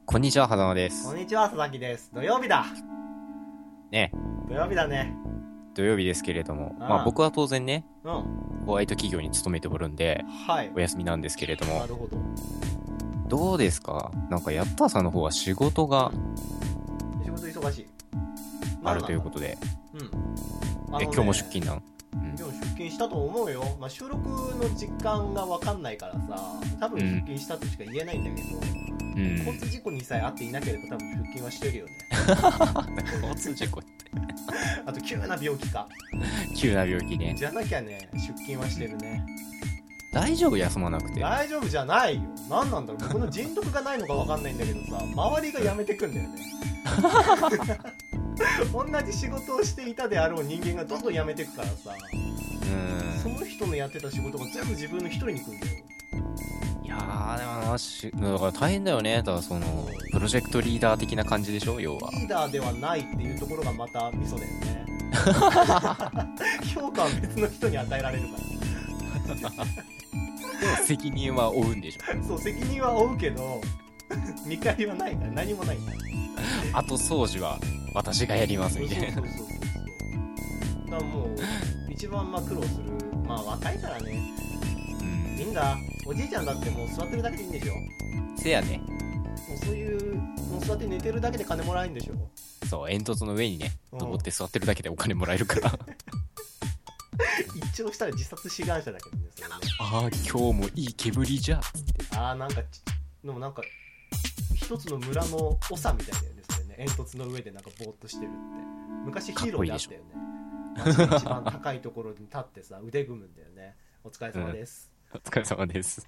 こんにちは、はざまです。 こんにちは、佐々木です。土曜日だ。 ね、 土曜日だね。 土曜日ですけれども、 ああ僕は当然ね、 うん。 ホワイト企業に勤めておるんで、 はい。 お休みなんですけれども、 なるほど。 どうですか？なんか、ヤッターさんの方は仕事が仕事忙しい。 あるということで、 うん。 今日も出勤なん？ 今日出勤したと思うよ。まあ、収録の時間が分かんないからさ、多分出勤したとしか言えないんだけど、交通事故にさえ遭っていなければ多分出勤はしてるよね。 交通事故って。 あと急な病気か。 急な病気ね。 じゃなきゃね、出勤はしてるね。 大丈夫？休まなくて。 大丈夫じゃないよ。何なんだろう。僕の人徳がないのか分かんないんだけどさ、周りが辞めてくんだよね。同じ仕事をしていたであろう人間がどんどん辞めてくからさ、その人のやってた仕事が全部自分の一人に来るんだよ。 いやー、でもだから大変だよね。だからプロジェクトリーダー的な感じでしょ、要は。 リーダーではないっていうところがまたミソだよね。評価は別の人に与えられるから。 でも責任は負うんでしょ。 そう、責任は負うけど、見返りはないから、何もないから。 あと掃除は私がやりますみたいな。 そう。だからもう、一番苦労する、若いからね。いいんだ。おじいちゃんだってもう座ってるだけでいいんでしょ。 せやね。 もうそういう、もう座って寝てるだけで金もらえるんでしょ。 そう、煙突の上にね、登って座ってるだけでお金もらえるから。 一応したら自殺志願者だけどね、それね。 ああ、今日もいい煙じゃっつって。 でも一つの村の長みたいだよね、それね。煙突の上でぼーっとしてるって。昔ヒーローであったよね。街の一番高いところに立ってさ、腕組むんだよね。お疲れ様です。 お疲れ様です。